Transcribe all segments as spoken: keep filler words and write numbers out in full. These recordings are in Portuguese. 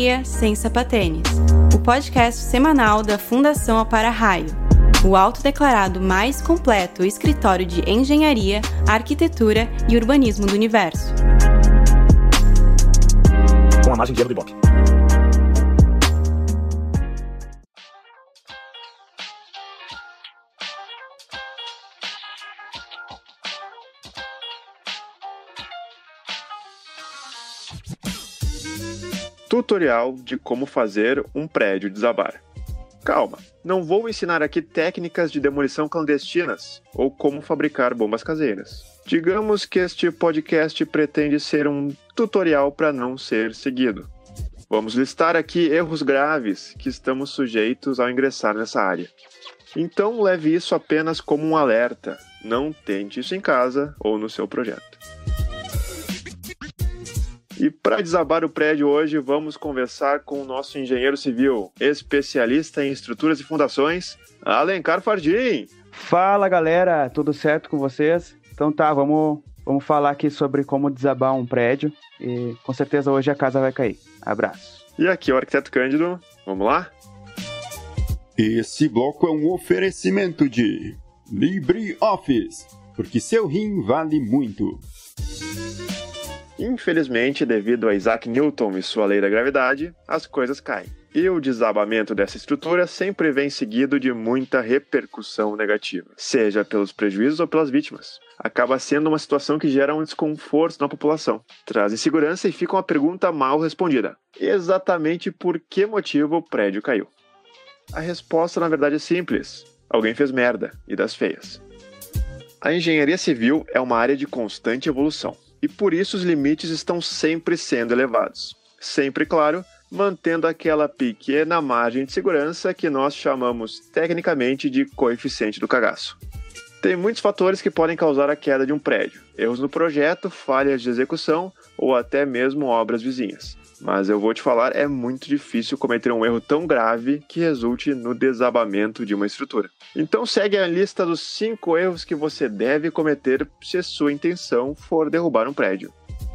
Engenharia Sem Sapatênis, o podcast semanal da Fundação Para-Raio, o autodeclarado mais completo escritório de engenharia, arquitetura e urbanismo do universo. Com a margem de erro do Ibope. Tutorial de como fazer um prédio desabar. Calma, não vou ensinar aqui técnicas de demolição clandestinas ou como fabricar bombas caseiras. Digamos que este podcast pretende ser um tutorial para não ser seguido. Vamos listar aqui erros graves que estamos sujeitos ao ingressar nessa área. Então leve isso apenas como um alerta. Não tente isso em casa ou no seu projeto. E para desabar o prédio hoje, vamos conversar com o nosso engenheiro civil, especialista em estruturas e fundações, Alencar Fardim. Fala galera, tudo certo com vocês? Então tá, vamos, vamos falar aqui sobre como desabar um prédio e com certeza hoje a casa vai cair. Abraço. E aqui é o Arquiteto Cândido, vamos lá? Esse bloco é um oferecimento de LibreOffice, porque seu rim vale muito. Infelizmente, devido a Isaac Newton e sua lei da gravidade, as coisas caem. E o desabamento dessa estrutura sempre vem seguido de muita repercussão negativa, seja pelos prejuízos ou pelas vítimas. Acaba sendo uma situação que gera um desconforto na população, traz insegurança e fica uma pergunta mal respondida. Exatamente por que motivo o prédio caiu? A resposta, na verdade, é simples. Alguém fez merda, e das feias. A engenharia civil é uma área de constante evolução. E por isso os limites estão sempre sendo elevados. Sempre, claro, mantendo aquela pequena margem de segurança que nós chamamos tecnicamente de coeficiente do cagaço. Tem muitos fatores que podem causar a queda de um prédio. Erros no projeto, falhas de execução ou até mesmo obras vizinhas. Mas eu vou te falar, é muito difícil cometer um erro tão grave que resulte no desabamento de uma estrutura. Então segue a lista dos cinco erros que você deve cometer se a sua intenção for derrubar um prédio.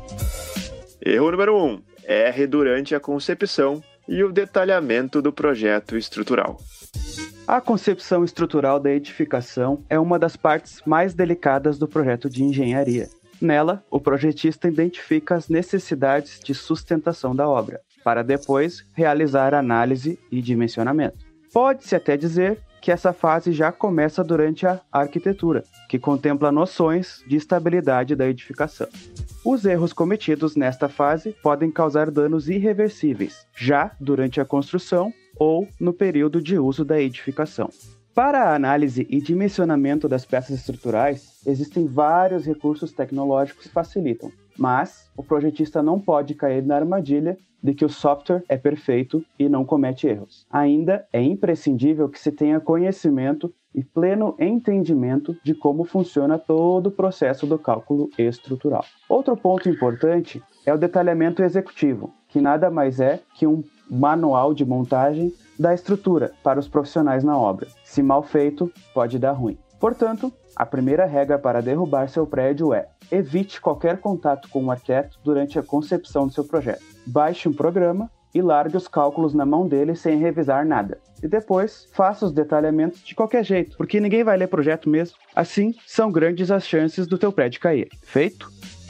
Erro número um. Erre durante a concepção e o detalhamento do projeto estrutural. A concepção estrutural da edificação é uma das partes mais delicadas do projeto de engenharia. Nela, o projetista identifica as necessidades de sustentação da obra, para depois realizar análise e dimensionamento. Pode-se até dizer que essa fase já começa durante a arquitetura, que contempla noções de estabilidade da edificação. Os erros cometidos nesta fase podem causar danos irreversíveis, já durante a construção ou no período de uso da edificação. Para a análise e dimensionamento das peças estruturais, existem vários recursos tecnológicos que facilitam, mas o projetista não pode cair na armadilha de que o software é perfeito e não comete erros. Ainda é imprescindível que se tenha conhecimento e pleno entendimento de como funciona todo o processo do cálculo estrutural. Outro ponto importante é o detalhamento executivo, que nada mais é que um manual de montagem da estrutura para os profissionais na obra. Se mal feito, pode dar ruim. Portanto, a primeira regra para derrubar seu prédio é: evite qualquer contato com o arquiteto durante a concepção do seu projeto. Baixe um programa e largue os cálculos na mão dele sem revisar nada. E depois, faça os detalhamentos de qualquer jeito, porque ninguém vai ler projeto mesmo. Assim, são grandes as chances do teu prédio cair. Feito?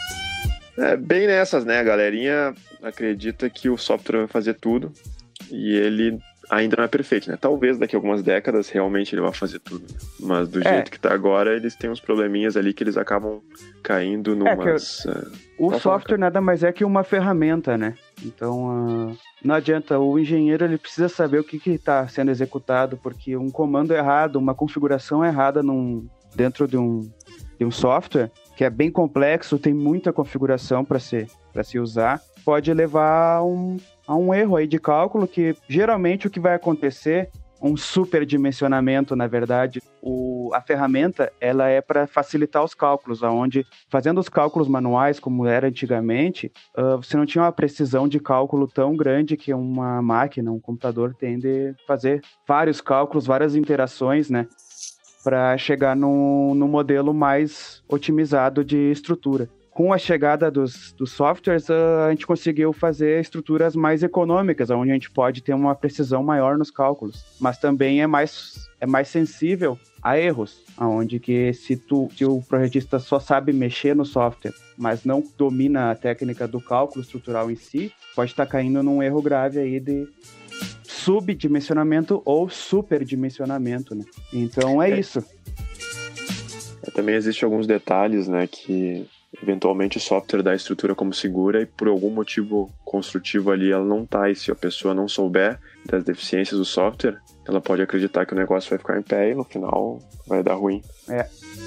É bem nessas, né? A galerinha acredita que o software vai fazer tudo e ele ainda não é perfeito, né? Talvez daqui a algumas décadas realmente ele vá fazer tudo. Mas do É. jeito que tá agora, eles têm uns probleminhas ali que eles acabam caindo numas... É que uh, O Pode software falar, nada mais é que uma ferramenta, né? Então, uh, não adianta, o engenheiro ele precisa saber o que está sendo executado, porque um comando errado, uma configuração errada num, dentro de um, de um software, que é bem complexo, tem muita configuração para se, para se usar, pode levar a um, a um erro aí de cálculo, que geralmente o que vai acontecer, um superdimensionamento, na verdade, o, a ferramenta ela é para facilitar os cálculos, onde fazendo os cálculos manuais, como era antigamente, uh, você não tinha uma precisão de cálculo tão grande que uma máquina, um computador tem de fazer vários cálculos, várias interações, né, para chegar no, no modelo mais otimizado de estrutura. com a chegada dos, dos softwares, a gente conseguiu fazer estruturas mais econômicas, onde a gente pode ter uma precisão maior nos cálculos, mas também é mais, é mais sensível a erros, onde que se, tu, se o projetista só sabe mexer no software, mas não domina a técnica do cálculo estrutural em si, pode estar caindo num erro grave aí de subdimensionamento ou superdimensionamento, né? Então é, é. isso. Também existem alguns detalhes, né, que eventualmente o software dá a estrutura como segura e por algum motivo construtivo ali ela não tá, e se a pessoa não souber das deficiências do software, ela pode acreditar que o negócio vai ficar em pé e no final vai dar ruim. É.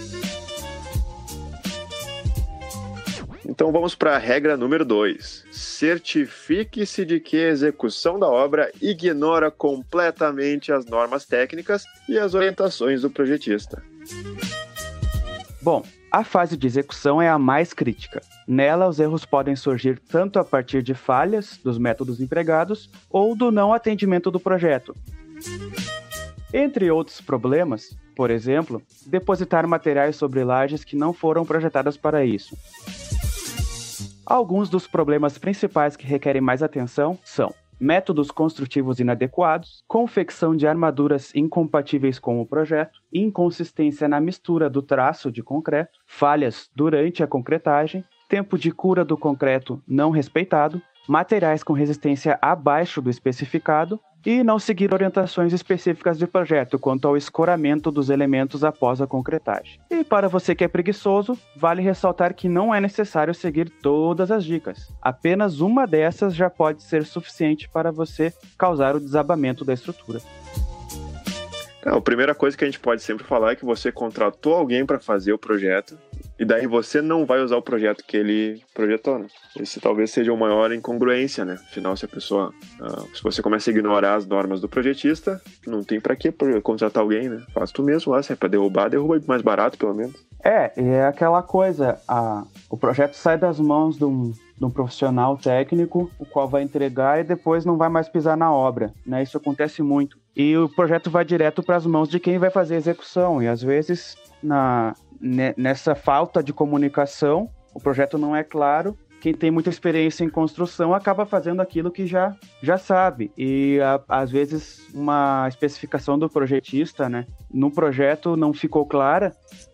Então vamos para a regra número dois. Certifique-se de que a execução da obra ignora completamente as normas técnicas e as orientações do projetista. Bom, a fase de execução é a mais crítica. Nela, os erros podem surgir tanto a partir de falhas dos métodos empregados ou do não atendimento do projeto. Entre outros problemas, por exemplo, depositar materiais sobre lajes que não foram projetadas para isso. Alguns dos problemas principais que requerem mais atenção são métodos construtivos inadequados, confecção de armaduras incompatíveis com o projeto, inconsistência na mistura do traço de concreto, falhas durante a concretagem, tempo de cura do concreto não respeitado, materiais com resistência abaixo do especificado e não seguir orientações específicas de projeto quanto ao escoramento dos elementos após a concretagem. E para você que é preguiçoso, vale ressaltar que não é necessário seguir todas as dicas. Apenas uma dessas já pode ser suficiente para você causar o desabamento da estrutura. Não, a primeira coisa que a gente pode sempre falar é que você contratou alguém para fazer o projeto e daí você não vai usar o projeto que ele projetou, né? Esse talvez seja uma maior incongruência, né? Afinal, se a pessoa, uh, se você começa a ignorar as normas do projetista, não tem para que contratar alguém, né? Faz tu mesmo lá, se é para derrubar, derruba mais barato, pelo menos. É, é aquela coisa, a, o projeto sai das mãos de um, de um profissional técnico, o qual vai entregar e depois não vai mais pisar na obra, né? Isso acontece muito. E o projeto vai direto para as mãos de quem vai fazer a execução. E às vezes, na, nessa falta de comunicação, o projeto não é claro. Quem tem muita experiência em construção acaba fazendo aquilo que já, já sabe. E a, às vezes uma especificação do projetista, né, no projeto não ficou clara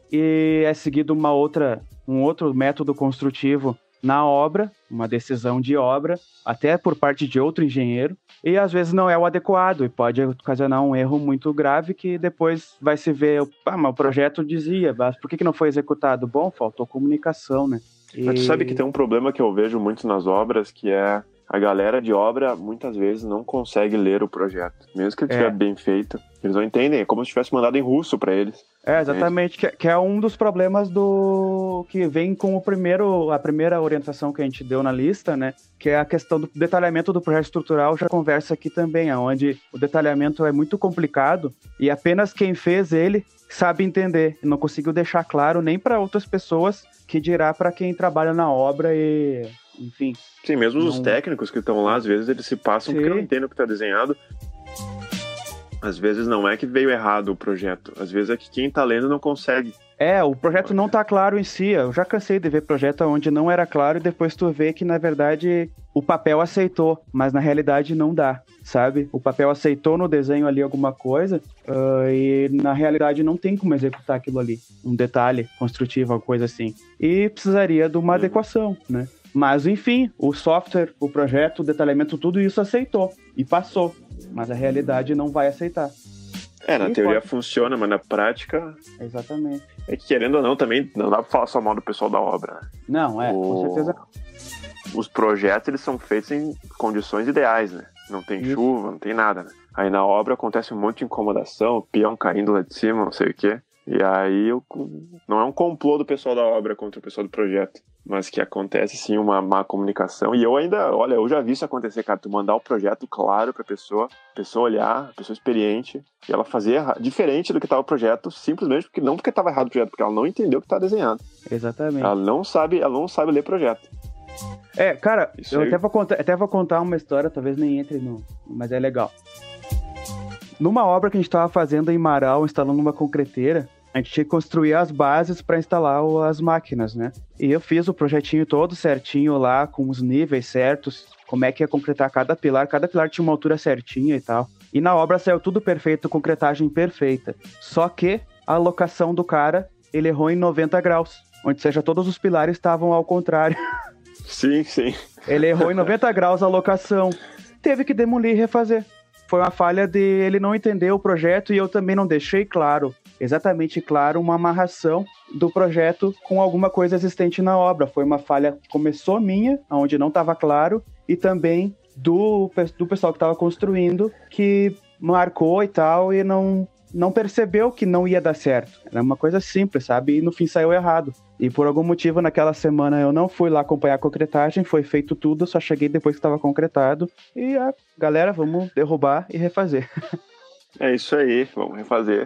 e é seguido uma outra, um outro método construtivo na obra, uma decisão de obra, até por parte de outro engenheiro, e às vezes não é o adequado, e pode ocasionar um erro muito grave que depois vai se ver, ah, mas o projeto dizia, mas por que, que não foi executado? Bom, faltou comunicação, né? E... Mas tu sabe que tem um problema que eu vejo muito nas obras, que é a galera de obra muitas vezes não consegue ler o projeto, mesmo que ele estiver é. bem feito, eles não entendem, é como se tivesse mandado em russo para eles. É, exatamente, que, que é um dos problemas do que vem com o primeiro, a primeira orientação que a gente deu na lista, né? Que é a questão do detalhamento do projeto estrutural, já conversa aqui também, onde o detalhamento é muito complicado e apenas quem fez ele sabe entender, não conseguiu deixar claro nem para outras pessoas, que dirá para quem trabalha na obra e, enfim. Sim, mesmo não... os técnicos que estão lá, às vezes eles se passam Sim. porque não entendem o que está desenhado. Às vezes não é que veio errado o projeto, às vezes é que quem tá lendo não consegue. É, o projeto não tá claro em si, eu já cansei de ver projeto onde não era claro e depois tu vê que na verdade o papel aceitou, mas na realidade não dá, sabe? O papel aceitou no desenho ali alguma coisa uh, e na realidade não tem como executar aquilo ali, um detalhe construtivo, alguma coisa assim. E precisaria de uma uhum. adequação, né? Mas enfim, o software, o projeto, o detalhamento, tudo isso aceitou e passou. Mas a realidade não vai aceitar. É, na e teoria pode... funciona, mas na prática... Exatamente. É que querendo ou não, também não dá pra falar só mal do pessoal da obra. Né? Não, é, o... com certeza não. Os projetos, eles são feitos em condições ideais, né? Não tem Isso. chuva, não tem nada, né? Aí na obra acontece um monte de incomodação, peão caindo lá de cima, não sei o quê. E aí não é um complô do pessoal da obra contra o pessoal do projeto, mas que acontece sim uma má comunicação. E eu ainda, olha, eu já vi isso acontecer, cara, tu mandar o projeto claro pra pessoa, a pessoa olhar, a pessoa experiente, e ela fazer diferente do que tava o projeto, simplesmente porque não porque tava errado o projeto, porque ela não entendeu o que tá desenhado. Exatamente. Ela não sabe, ela não sabe ler projeto. É, cara, isso eu aí... até, vou contar, até vou contar uma história, talvez nem entre no... mas é legal. Numa obra que a gente tava fazendo em Marau, instalando uma concreteira, A gente tinha que construir as bases para instalar o, as máquinas, né? E eu fiz o projetinho todo certinho lá, com os níveis certos, como é que ia concretar cada pilar. Cada pilar tinha uma altura certinha e tal. E na obra saiu tudo perfeito, concretagem perfeita. Só que a alocação do cara, ele errou em noventa graus. Onde seja, todos os pilares estavam ao contrário. Sim, sim. Ele errou em noventa graus a alocação. Teve que demolir e refazer. Foi uma falha de ele não entender o projeto e eu também não deixei claro, exatamente claro, uma amarração do projeto com alguma coisa existente na obra. Foi uma falha que começou minha, onde não estava claro, e também do, do pessoal que estava construindo, que marcou e tal, e não, não percebeu que não ia dar certo. Era uma coisa simples, sabe? E no fim saiu errado. E por algum motivo, naquela semana, eu não fui lá acompanhar a concretagem, foi feito tudo, só cheguei depois que estava concretado. E a galera, vamos derrubar e refazer. É isso aí, vamos refazer.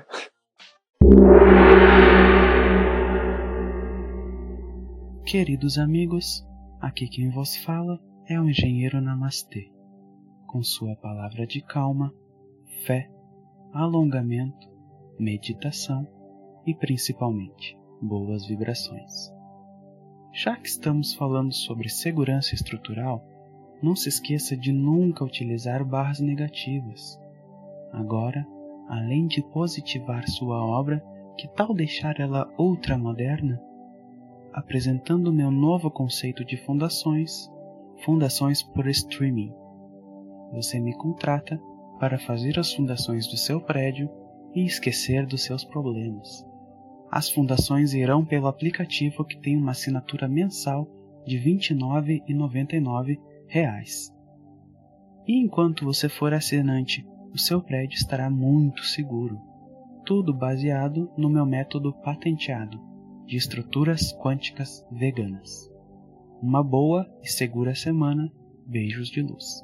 Queridos amigos, aqui quem vos fala é o engenheiro Namastê, com sua palavra de calma, fé, alongamento, meditação e principalmente boas vibrações. Já que estamos falando sobre segurança estrutural, não se esqueça de nunca utilizar barras negativas. Agora, além de positivar sua obra, que tal deixar ela ultramoderna? Apresentando meu novo conceito de fundações, fundações por streaming. Você me contrata para fazer as fundações do seu prédio e esquecer dos seus problemas. As fundações irão pelo aplicativo que tem uma assinatura mensal de vinte e nove reais e noventa e nove centavos. E enquanto você for assinante, o seu prédio estará muito seguro. Tudo baseado no meu método patenteado de estruturas quânticas veganas. Uma boa e segura semana. Beijos de luz.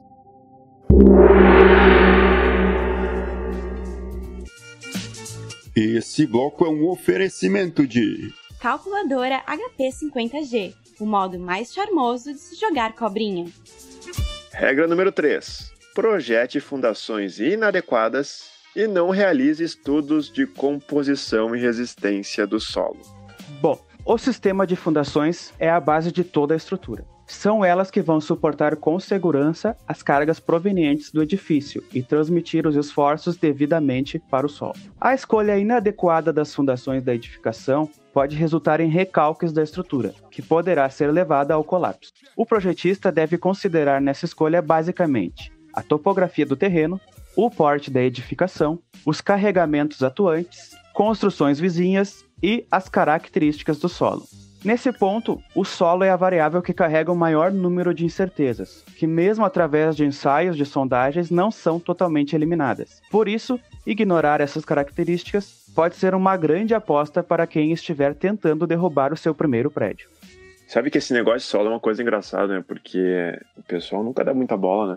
Esse bloco é um oferecimento de Calculadora H P cinquenta G, o modo mais charmoso de se jogar cobrinha. Regra número três. Projete fundações inadequadas e não realize estudos de composição e resistência do solo. Bom, o sistema de fundações é a base de toda a estrutura. São elas que vão suportar com segurança as cargas provenientes do edifício e transmitir os esforços devidamente para o solo. A escolha inadequada das fundações da edificação pode resultar em recalques da estrutura, que poderá ser levada ao colapso. O projetista deve considerar nessa escolha basicamente a topografia do terreno, o porte da edificação, os carregamentos atuantes, construções vizinhas e as características do solo. Nesse ponto, o solo é a variável que carrega o maior número de incertezas, que mesmo através de ensaios de sondagens não são totalmente eliminadas. Por isso, ignorar essas características pode ser uma grande aposta para quem estiver tentando derrubar o seu primeiro prédio. Sabe que esse negócio de solo é uma coisa engraçada, né? Porque o pessoal nunca dá muita bola, né?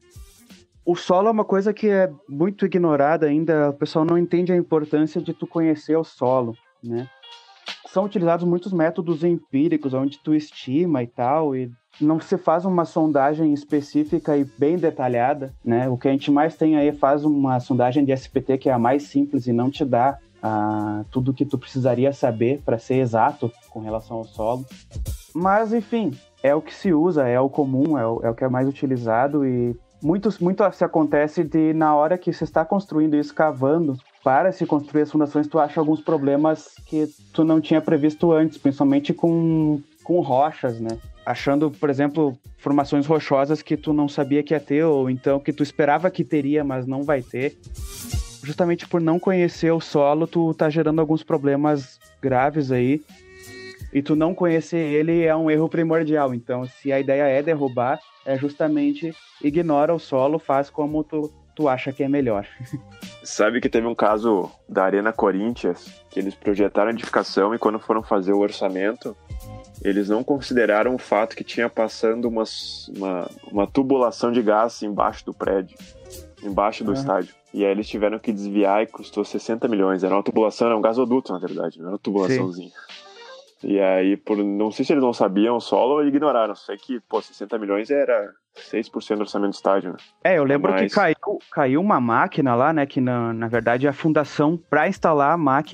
O solo é uma coisa que é muito ignorada ainda, o pessoal não entende a importância de tu conhecer o solo, né? São utilizados muitos métodos empíricos, onde tu estima e tal, e não se faz uma sondagem específica e bem detalhada, né? O que a gente mais tem aí faz uma sondagem de S P T que é a mais simples e não te dá ah, tudo que tu precisaria saber para ser exato com relação ao solo. Mas, enfim, é o que se usa, é o comum, é o, é o que é mais utilizado e Muitos, muito se acontece de, na hora que você está construindo isso, cavando, para se construir as fundações, tu acha alguns problemas que tu não tinha previsto antes, principalmente com, com rochas, né? Achando, por exemplo, formações rochosas que tu não sabia que ia ter, ou então que tu esperava que teria, mas não vai ter. Justamente por não conhecer o solo, tu tá gerando alguns problemas graves aí. E tu não conhecer ele é um erro primordial. Então, se a ideia é derrubar, é justamente ignora o solo, faz como tu, tu acha que é melhor. Sabe que teve um caso da Arena Corinthians, que eles projetaram a edificação e quando foram fazer o orçamento, eles não consideraram o fato que tinha passando uma, uma, uma tubulação de gás embaixo do prédio, embaixo do uhum. estádio. E aí eles tiveram que desviar e custou sessenta milhões. Era uma tubulação, era um gasoduto, na verdade, não era uma tubulaçãozinha. Sim. E aí, por, não sei se eles não sabiam o solo ou ignoraram. Sei que, pô, sessenta milhões era seis por cento do orçamento do estádio, né? É, eu lembro Mas... que caiu, caiu uma máquina lá, né? Que na, na verdade a fundação para instalar a máquina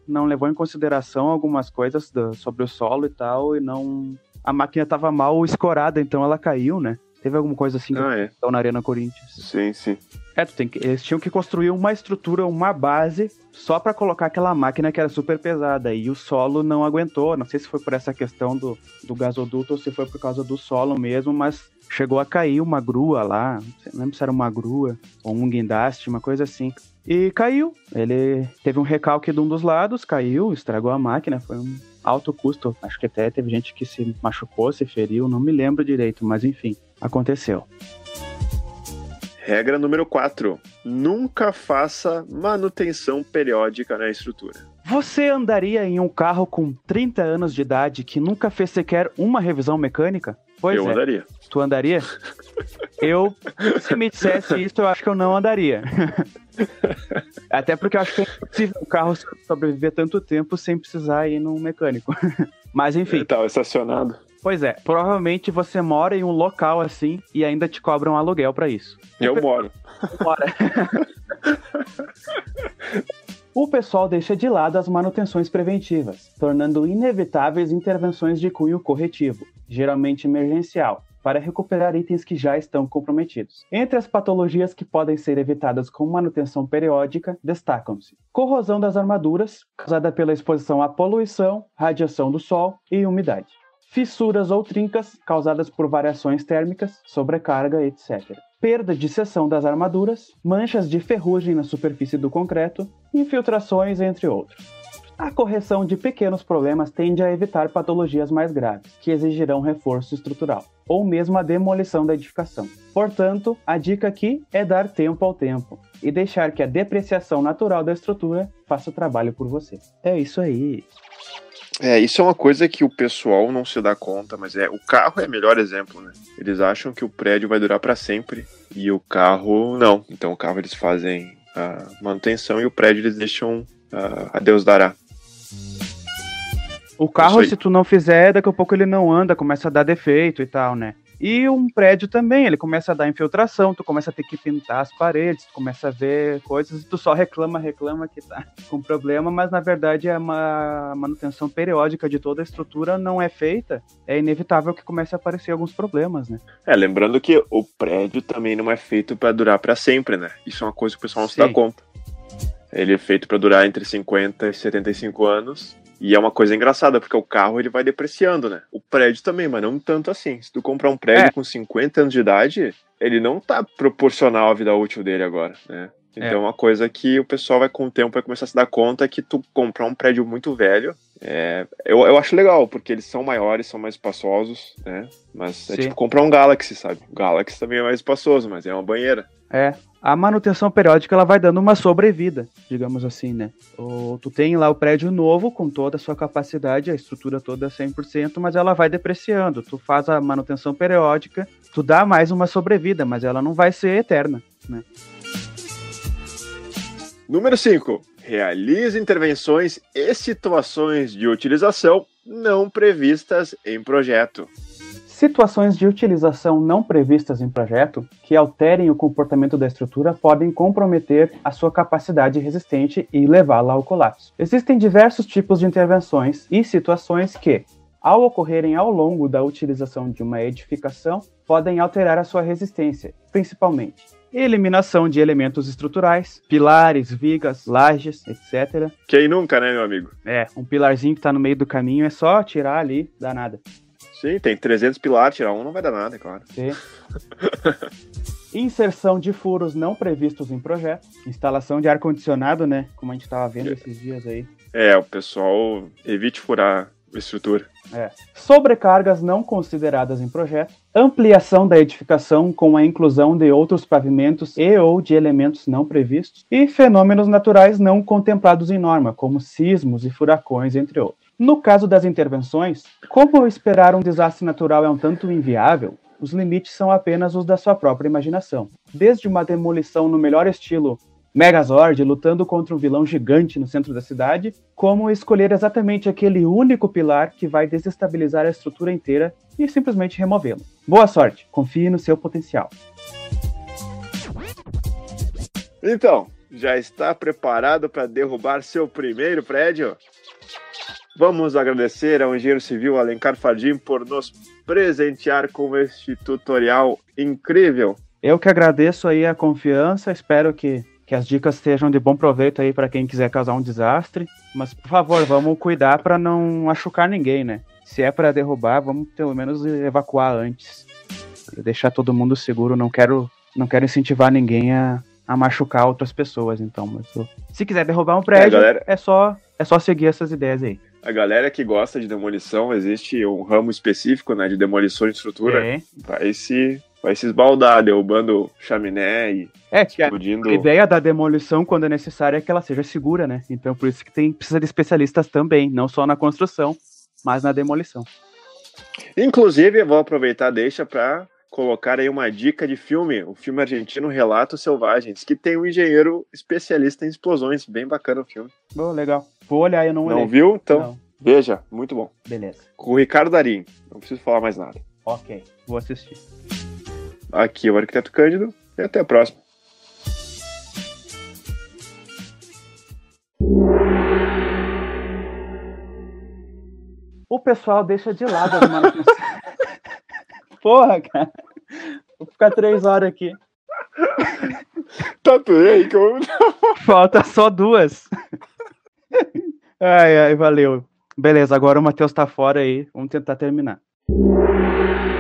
não levou em consideração algumas coisas do, sobre o solo e tal, e não... A máquina estava mal escorada, então ela caiu, né? Teve alguma coisa assim ah, é. na Arena Corinthians. Sim, sim. É, tu tem que, eles tinham que construir uma estrutura, uma base, só pra colocar aquela máquina que era super pesada. E o solo não aguentou. Não sei se foi por essa questão do, do gasoduto ou se foi por causa do solo mesmo, mas chegou a cair uma grua lá. Não lembro se era uma grua ou um guindaste, uma coisa assim. E caiu. Ele teve um recalque de um dos lados, caiu, estragou a máquina. Foi um alto custo. Acho que até teve gente que se machucou, se feriu, não me lembro direito, mas enfim, aconteceu. Regra número quatro. Nunca faça manutenção periódica na estrutura. Você andaria em um carro com trinta anos de idade que nunca fez sequer uma revisão mecânica? Pois eu é. andaria. Tu andaria? Eu, se me dissesse isso, eu acho que eu não andaria. Até porque eu acho que é impossível o carro sobreviver tanto tempo sem precisar ir num mecânico. Mas enfim. Ele tava estacionado. Pois é, provavelmente você mora em um local assim e ainda te cobram um aluguel pra isso. Eu moro. Mora. O pessoal deixa de lado as manutenções preventivas, tornando inevitáveis intervenções de cunho corretivo, geralmente emergencial, para recuperar itens que já estão comprometidos. Entre as patologias que podem ser evitadas com manutenção periódica, destacam-se corrosão das armaduras, causada pela exposição à poluição, radiação do sol e umidade. Fissuras ou trincas, causadas por variações térmicas, sobrecarga, etcétera. Perda de seção das armaduras, manchas de ferrugem na superfície do concreto, infiltrações, entre outros. A correção de pequenos problemas tende a evitar patologias mais graves, que exigirão reforço estrutural, ou mesmo a demolição da edificação. Portanto, a dica aqui é dar tempo ao tempo, e deixar que a depreciação natural da estrutura faça o trabalho por você. É isso aí. É, isso é uma coisa que o pessoal não se dá conta, mas é o carro é o melhor exemplo, né? Eles acham que o prédio vai durar para sempre e o carro não. Então o carro eles fazem a manutenção e o prédio eles deixam uh, a Deus dará. O carro, se tu não fizer, daqui a pouco ele não anda, começa a dar defeito e tal, né? E um prédio também, ele começa a dar infiltração, tu começa a ter que pintar as paredes, tu começa a ver coisas e tu só reclama, reclama que tá com problema, mas na verdade é uma manutenção periódica de toda a estrutura não é feita, é inevitável que comece a aparecer alguns problemas, né? É, lembrando que o prédio também não é feito para durar para sempre, né? Isso é uma coisa que o pessoal não se dá conta. Ele é feito para durar entre cinquenta e setenta e cinco anos. E é uma coisa engraçada, porque o carro ele vai depreciando, né? O prédio também, mas não tanto assim. Se tu comprar um prédio é. com cinquenta anos de idade, ele não tá proporcional à vida útil dele agora, né? Então é uma coisa que o pessoal vai com o tempo vai começar a se dar conta que tu comprar um prédio muito velho, é, eu, eu acho legal, porque eles são maiores, são mais espaçosos, né? Mas Sim. é tipo comprar um Galaxy, sabe? O Galaxy também é mais espaçoso, mas é uma banheira. É, a manutenção periódica ela vai dando uma sobrevida, digamos assim, né? Ou tu tem lá o prédio novo com toda a sua capacidade, a estrutura toda cem por cento, mas ela vai depreciando. Tu faz a manutenção periódica, tu dá mais uma sobrevida, mas ela não vai ser eterna, né? Número cinco. Realize intervenções e situações de utilização não previstas em projeto. Situações de utilização não previstas em projeto que alterem o comportamento da estrutura podem comprometer a sua capacidade resistente e levá-la ao colapso. Existem diversos tipos de intervenções e situações que, ao ocorrerem ao longo da utilização de uma edificação, podem alterar a sua resistência, principalmente eliminação de elementos estruturais, pilares, vigas, lajes, etcétera. Quem nunca, né, meu amigo? É, um pilarzinho que tá no meio do caminho é só tirar ali, dá nada. Sim, tem trezentos pilares, tirar um não vai dar nada, é claro. Sim. Inserção de furos não previstos em projeto, instalação de ar-condicionado, né, como a gente tava vendo esses dias aí. É, o pessoal evite furar a estrutura. É. Sobrecargas não consideradas em projeto, ampliação da edificação com a inclusão de outros pavimentos e ou de elementos não previstos, e fenômenos naturais não contemplados em norma, como sismos e furacões, entre outros. No caso das intervenções, como esperar um desastre natural é um tanto inviável, os limites são apenas os da sua própria imaginação. Desde uma demolição no melhor estilo Megazord lutando contra um vilão gigante no centro da cidade, como escolher exatamente aquele único pilar que vai desestabilizar a estrutura inteira e simplesmente removê-lo. Boa sorte, confie no seu potencial. Então, Já está preparado para derrubar seu primeiro prédio? Vamos agradecer ao engenheiro civil Alencar Fardim por nos presentear com este tutorial incrível. Eu que agradeço aí a confiança, espero que, que as dicas sejam de bom proveito aí para quem quiser causar um desastre. Mas, por favor, vamos cuidar para não machucar ninguém, né? Se é para derrubar, vamos pelo menos evacuar antes. E deixar todo mundo seguro, não quero, não quero incentivar ninguém a, a machucar outras pessoas, então. Mas, se quiser derrubar um prédio, é, galera... é, só, é só seguir essas ideias aí. A galera que gosta de demolição, existe um ramo específico, né, de demolição de estrutura. É. Vai se... Vai se esbaldar, derrubando chaminé e é, que explodindo. A, a ideia da demolição, quando é necessária, é que ela seja segura, né? Então, por isso que tem, precisa de especialistas também, não só na construção, mas na demolição. Inclusive, eu vou aproveitar, deixa para colocar aí uma dica de filme, o filme argentino Relatos Selvagens, que tem um engenheiro especialista em explosões, bem bacana o filme. Oh, legal. Vou olhar, eu não olhei. Não viu? Então, não. Veja, muito bom. Beleza. Com o Ricardo Darín, não preciso falar mais nada. Ok, vou assistir. Aqui é o Arquiteto Cândido e até a próxima. O pessoal deixa de lado as manutenções. Porra, cara. Vou ficar três horas aqui. Tá tudo aí que eu... Falta só duas. Ai, ai, valeu. Beleza, agora o Matheus tá fora aí. Vamos tentar terminar.